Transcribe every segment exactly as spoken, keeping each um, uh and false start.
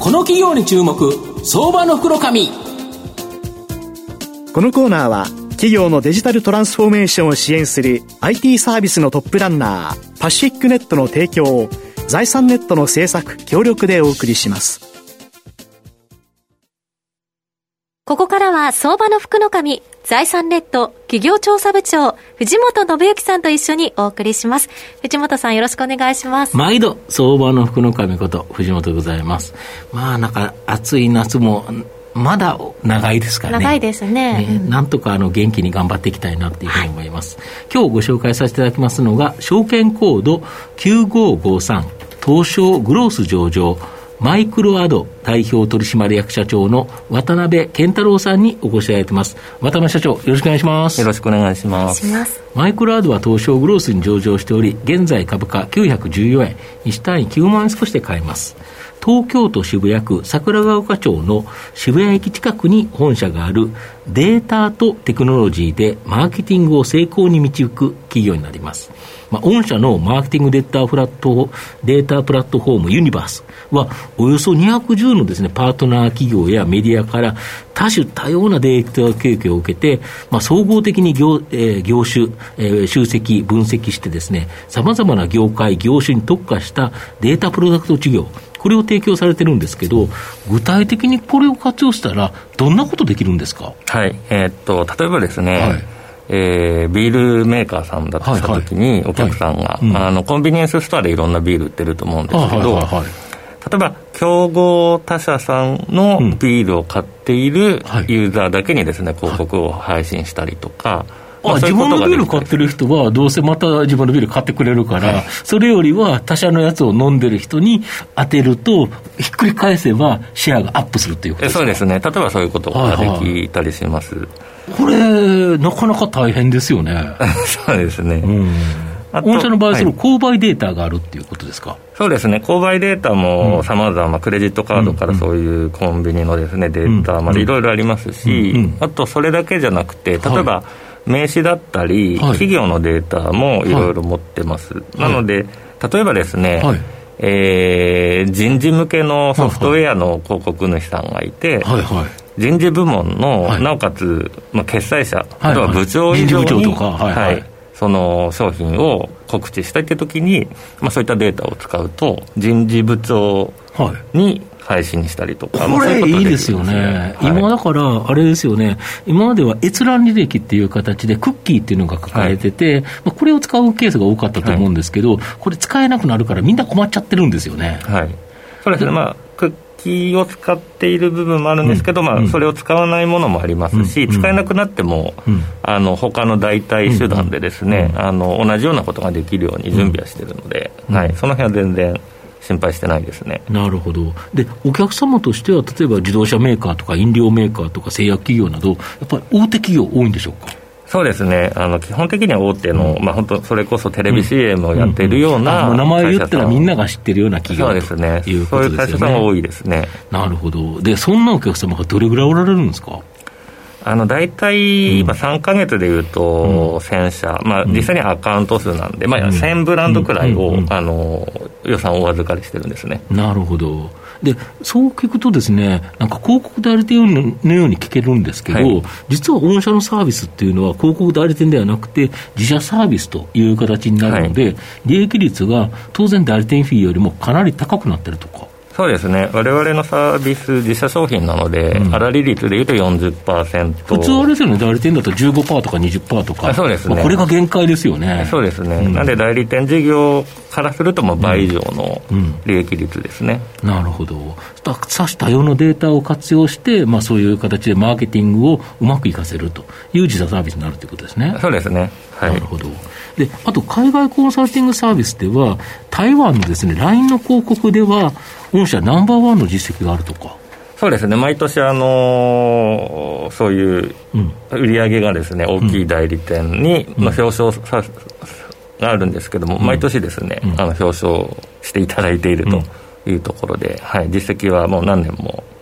この企業に注目、相場の袋紙。 このコーナーは企業のデジタルトランスフォーメーションを支援する アイティー サービスのトップランナーパシフィックネットの提供を財産ネットの制作協力でお送りします。 ここからは相場の福の神、財産ネット企業調査部長藤本信之さんと一緒にお送りします。藤本さん、よろしくお願いします。 毎度相場の福の神こと藤本でございます。まあなんか暑い夏もまだ長いですからね。 長いですね。 ね、なんとかあの元気に頑張っていきたいなというふうに思います、はい、今日ご紹介させていただきますのが証券コードきゅうごごさん東証グロース上場マイクロアド代表取締役社長の渡辺健太郎さんにお越しいただいています。渡辺社長、よろしくお願いします。 よろしくお願いします。 マイクロアドは東証グロースに上場しており、現在株価きゅうひゃくじゅうよえん、いち単位きゅうまんえん少しで買えます。東京都渋谷区桜ヶ丘町の渋谷駅近くに本社があるデータとテクノロジーでマーケティングを成功に導く企業になります。まあ、御社のマーケティングデータプラットデータプラットフォームユニバースはおよそにひゃくじゅうのですね、パートナー企業やメディアから多種多様なデータ提供を受けて、まあ、総合的に 業,、えー、業種、えー、集積分析してですね、様々な業界業種に特化したデータプロダクト事業、これを提供されてるんですけど、具体的にこれを活用したらどんなことできるんですか？ はい、えー、っと例えばですね、はい、えー、ビールメーカーさんだとしたときにお客さんが、はいはい、あのコンビニエンスストアでいろんなビール売ってると思うんですけど、はいはいはい、例えば競合他社さんのビールを買っているユーザーだけにですね、広告を配信したりとか、 あ、自分のビール買ってる人はどうせまた自分のビール買ってくれるから、はい、それよりは他社のやつを飲んでる人に当てるとひっくり返せばシェアがアップするということですか？ そうですね、例えばそういうことができたりします、はいはい、 これなかなか大変ですよね。 そうですね、うん、 御社の場合、その購買データがあるっていうことですか？ そうですね、購買データもさまざま、クレジットカードからそういうコンビニのですね、データまでいろいろありますし、うんうん、あとそれだけじゃなくて、例えば、はい、名刺だったり、はい、企業のデータもいろいろ持ってます、はい、なので例えばですね、はい、えー、人事向けのソフトウェアの広告主さんがいて、はいはい、人事部門の、はい、なおかつ、まあ、決裁者、はいはい、あとは部長以上に、人事部長とか、はいはいはい、その商品を告知したいというときに、まあ、そういったデータを使うと人事部長に配信したりとか、 これいいですよね、はい、今だからあれですよね、今までは閲覧履歴っていう形でクッキーっていうのが書かれてて、はい、まあ、これを使うケースが多かったと思うんですけど、はい、これ使えなくなるからみんな困っちゃってるんですよね。 はい、そうですね、まあ、クッキーを使っている部分もあるんですけど、うん、まあ、それを使わないものもありますし、うん、使えなくなっても、うん、あの他の代替手段でですね、うん、あの同じようなことができるように準備はしているので、うん、はい、その辺は全然心配してないですね。 なるほど。で、お客様としては例えば自動車メーカーとか飲料メーカーとか製薬企業などやっぱり大手企業多いんでしょうか？ そうですね、あの基本的には大手の、うん、まあ、本当それこそテレビ シーエム をやっているような、 うんうん、名前を言ったらみんなが知ってるような企業そうですね、 ということですよね。 そういう会社さんが多いですね。 なるほど。で、そんなお客様がどれぐらいおられるんですか？ あの大体、まあ、さんかげつでいうとせんしゃ、まあ、実際にアカウント数なんで、まあ、せんブランドくらいを、あの予算をお預かりしてるんですね。 なるほど。で、そう聞くとですね、なんか広告代理店のように聞けるんですけど、はい、実は御社のサービスっていうのは広告代理店ではなくて自社サービスという形になるので、はい、利益率が当然代理店フィーよりもかなり高くなってるとか。 そうですね、我々のサービス自社商品なので、うん、粗利率でいうと よんじゅっパーセント、 普通あれですよね、代理店だと じゅうごパーセント とか にじゅっパーセント とか。 そうですね、 まあ、これが限界ですよね。 そうですね、うん、なんで代理店事業からするともう倍以上の利益率ですね、 うんうん、なるほど。多種多様なデータを活用して、まあ、そういう形でマーケティングをうまく活かせるという自社サービスになるということですね。 そうですね、はい、 なるほど。で、あと海外コンサルティングサービスでは台湾のですね ライン の広告では御社ナンバーワンの実績があるとか。 そうですね、毎年、あのー、そういう売り上げがですね、うん、大きい代理店に、うん、まあ、表彰さがあるんですけども、うん、毎年ですね、うん、あの表彰していただいているというところで、うん、はい、実績はもう何年も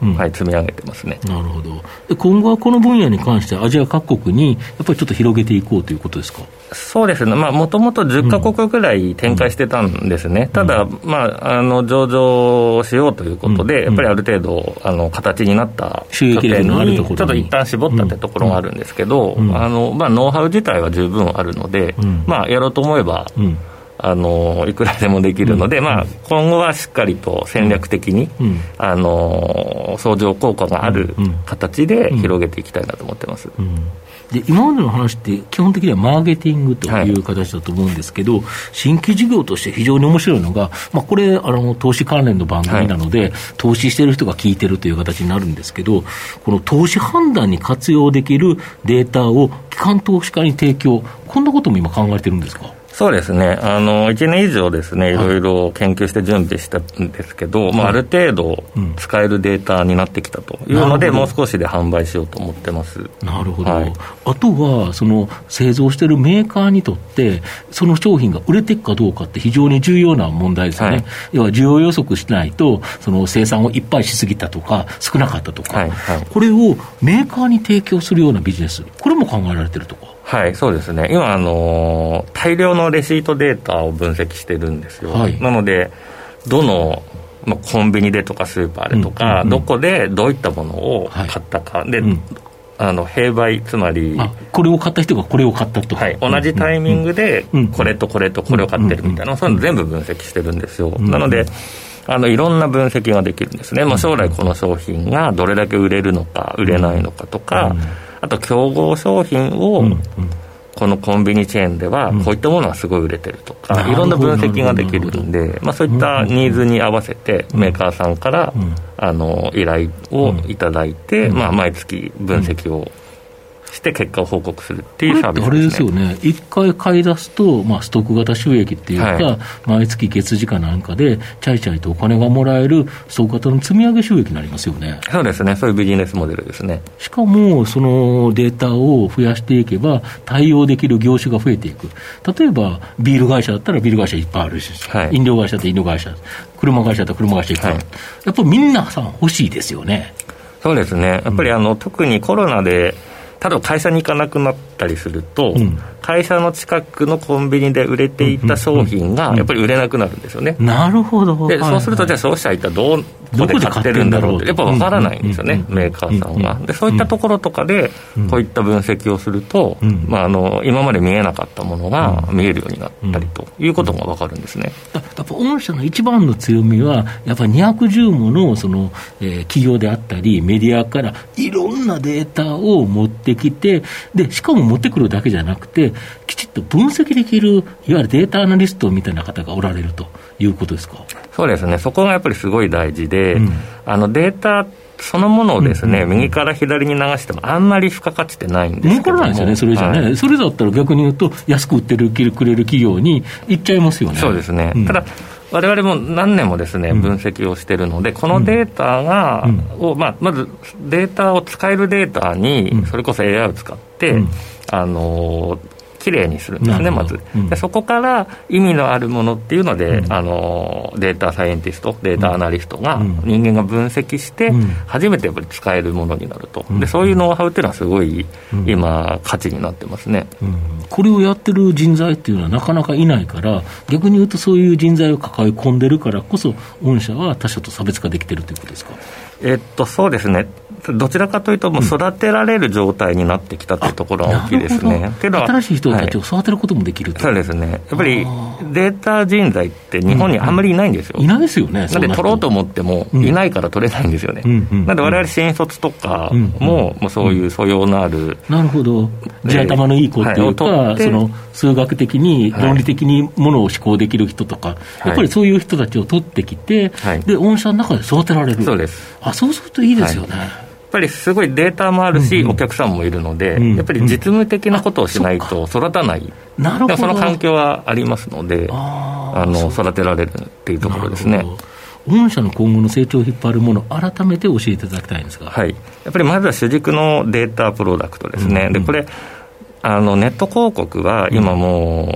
うん、はい、積み上げてますね。 なるほど。で今後はこの分野に関してアジア各国にやっぱりちょっと広げていこうということですか？ そうですね、もともとじゅっかこくぐらい展開してたんですね、うん、ただ、まあ、あの上場しようということで、うん、やっぱりある程度あの形になった収益力のあるところにちょっと一旦絞ったってところがあるんですけど、うんうん、あのまあ、ノウハウ自体は十分あるので、うん、まあ、やろうと思えば、うん、あのいくらでもできるので、うん、まあ、今後はしっかりと戦略的に、うん、あの相乗効果がある形で広げていきたいなと思ってます、うんうん、 で今までの話って基本的にはマーケティングという形だと思うんですけど、はい、新規事業として非常に面白いのが、まあ、これあの投資関連の番組なので、はい、投資している人が聞いているという形になるんですけど、この投資判断に活用できるデータを機関投資家に提供、こんなことも今考えてるんですか？ そうですね、あのいちねん以上ですね、いろいろ研究して準備したんですけど、はい、まあ、ある程度使えるデータになってきたというので、うん、もう少しで販売しようと思ってます。 なるほど、はい、あとはその製造しているメーカーにとってその商品が売れていくかどうかって非常に重要な問題ですよね、はい、要は需要予測しないとその生産をいっぱいしすぎたとか少なかったとか、はいはい、これをメーカーに提供するようなビジネス、これも考えられているとか？ はい、そうですね、今、あのー、大量のレシートデータを分析してるんですよ、はい、なのでどの、まあ、コンビニでとかスーパーでとか、うんうんうん、どこでどういったものを買ったか、はい、で、うん、あの併売、つまりあこれを買った人がこれを買ったとか、 はい、同じタイミングでこれとこれとこれを買ってるみたいな、そういうの全部分析してるんですよ、うんうん、なのであのいろんな分析ができるんですね、まあ、将来この商品がどれだけ売れるのか売れないのかとか、うん、あと競合商品を、うんうん、このコンビニチェーンではこういったものがすごい売れてるとか、うん、いろんな分析ができるんで、まあ、そういったニーズに合わせてメーカーさんから、うん、あの依頼をいただいて、うん、まあ、毎月分析をして結果を報告するっていうサービスですね。 あれですよね、一回買い出すと、まあ、ストック型収益っていうか、はい、毎月月次かなんかでチャイチャイとお金がもらえるストック型の積み上げ収益になりますよね。 そうですね、そういうビジネスモデルですね。 しかもそのデータを増やしていけば対応できる業種が増えていく。例えばビール会社だったらビール会社いっぱいあるし、はい、飲料会社だったら飲料会社、車会社だったら車会社いっぱいある、はい、やっぱりみんなさん欲しいですよね。 そうですね、やっぱりあの、うん、特にコロナで例えば会社に行かなくなったりすると、うん、会社の近くのコンビニで売れていた商品がやっぱり売れなくなるんですよね、 うんうんうん、なるほど。 で、そうするとじゃあ消費者は一体どうどこで買ってるんだろうってやっぱ分からないんですよね、うんうんうん、メーカーさんは。で、そういったところとかでこういった分析をすると、うん、まあ、あの今まで見えなかったものが見えるようになったりということが分かるんですね。 やっぱ御社の一番の強みはやっぱりにひゃくじゅうもの、 その、えー、企業であったりメディアからいろんなデータを持ってきて、でしかも持ってくるだけじゃなくてきちっと分析できるいわゆるデータアナリストみたいな方がおられるということですか？ そうですね、そこがやっぱりすごい大事で、うん、あのデータそのものをですね、うんうんうん、右から左に流してもあんまり付加価値ってないんですけども、 儲からないですよね、それじゃね、はい、それだったら逆に言うと安く売ってるくれる企業に行っちゃいますよね。 そうですね、うん、ただ我々も何年もですね、うん、分析をしているので、このデータが、うんをまあ、まずデータを使えるデータに、うん、それこそ エーアイ を使って、うん、あのきれいにするんですね、まず、うん、でそこから意味のあるものっていうので、うん、あのデータサイエンティスト、データアナリストが、うん、人間が分析して初めてやっぱり使えるものになると、うん、でそういうノウハウっていうのはすごい、うん、今価値になってますね、うん、 これをやってる人材っていうのはなかなかいないから、逆に言うとそういう人材を抱え込んでるからこそ御社は他社と差別化できてるということですか？ えっと、そうですね、どちらかというともう育てられる状態になってきたというところが大きいですね。 っていうのは新しい人たちを育てることもできると、 はい、そうですね、やっぱりデータ人材って日本にあんまりいないんですよ、 うんうん、いないですよね。 なんで取ろうと思ってもいないから取れないんですよね、うんうん、なんで我々新卒とかも、もうそういう素養のある、 なるほど、地頭のいい子っていうか、はい、その数学的に論理的にものを思考できる人とか、はい、やっぱりそういう人たちを取ってきて、はい、で御社の中で育てられる。 そうです。 あ、そうするといいですよね、はい、 やっぱりすごいデータもあるし、うんうん、お客さんもいるので、うんうん、やっぱり実務的なことをしないと育たない、うん、なるほど、その環境はありますので、ああの育てられるっていうところですね。 御社の今後の成長を引っ張るもの、改めて教えていただきたいんですが、 はい、やっぱりまずは主軸のデータプロダクトですね、うんうん、でこれあのネット広告は今も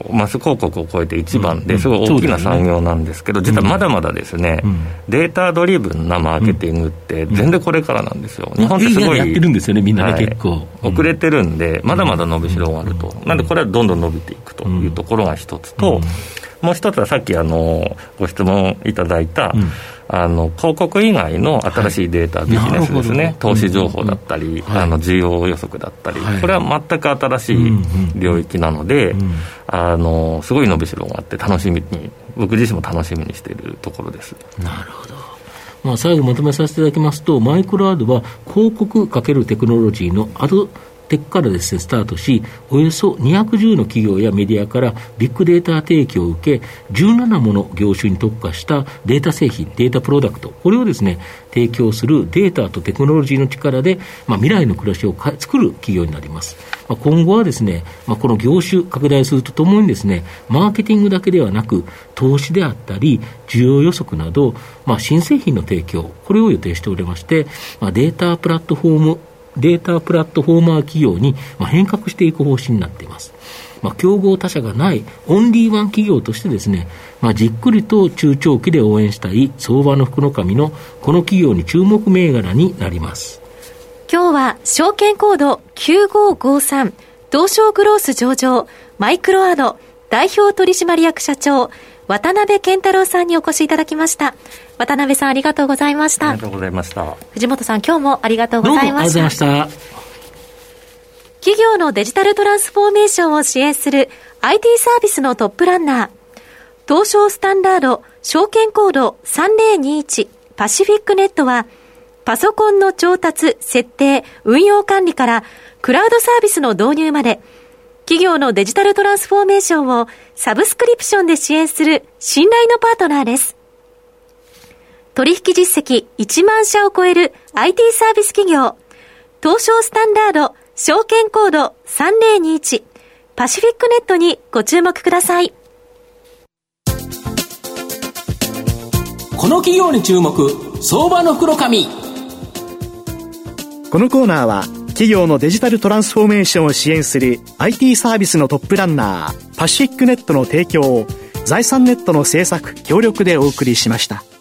マス広告を超えて一番ですごい大きな産業なんですけど、実はまだまだですね、データドリブンなマーケティングって全然これからなんですよ。日本ってすごいやってるんですよね、みんなね、 はい、 結構遅れてるんで、まだまだ伸びしろがあると。なんでこれはどんどん伸びていくというところが一つと、もう一つはさっきあのご質問いただいた、うん、あの広告以外の新しいデータ、はい、ビジネスですね、投資情報だったり、うん、あの需要予測だったり、はい、これは全く新しい領域なので、うんうん、あのすごい伸びしろがあって楽しみに、僕自身も楽しみにしているところです。 なるほど。まあ、最後まとめさせていただきますと、マイクロアドは広告×テクノロジーのアドテックからですね、スタートし、およそにひゃくじゅうの企業やメディアからビッグデータ提供を受け、じゅうななもの業種に特化したデータ製品、データプロダクト、これをですね、提供するデータとテクノロジーの力で、まあ、未来の暮らしを作る企業になります。まあ、今後はですね、まあ、この業種拡大するとともにですね、マーケティングだけではなく、投資であったり、需要予測など、まあ、新製品の提供、これを予定しておりまして、まあ、データプラットフォームデータプラットフォーマー企業に変革していく方針になっています。まあ、競合他社がないオンリーワン企業としてですね、まあ、じっくりと中長期で応援したい相場の福の神のこの企業に注目銘柄になります。 今日は証券コードきゅうごごさん東証グロース上場マイクロアド代表取締役社長渡辺健太郎さんにお越しいただきました。渡辺さん、ありがとうございました。 ありがとうございました。 藤本さん、今日もありがとうございました。 どうもありがとうございました。 企業のデジタルトランスフォーメーションを支援する アイティー サービスのトップランナー、東証スタンダード証券コードさんぜろにいちパシフィックネットは、パソコンの調達、設定、運用管理からクラウドサービスの導入まで、企業のデジタルトランスフォーメーションをサブスクリプションで支援する信頼のパートナーです。取引実績いちまんしゃを超える アイティー サービス企業、東証スタンダード証券コードさんぜろにいちパシフィックネットにご注目ください。 この企業に注目、相場の福の神。 このコーナーは企業のデジタルトランスフォーメーションを支援する アイティー サービスのトップランナーパシフィックネットの提供を財産ネットの制作協力でお送りしました。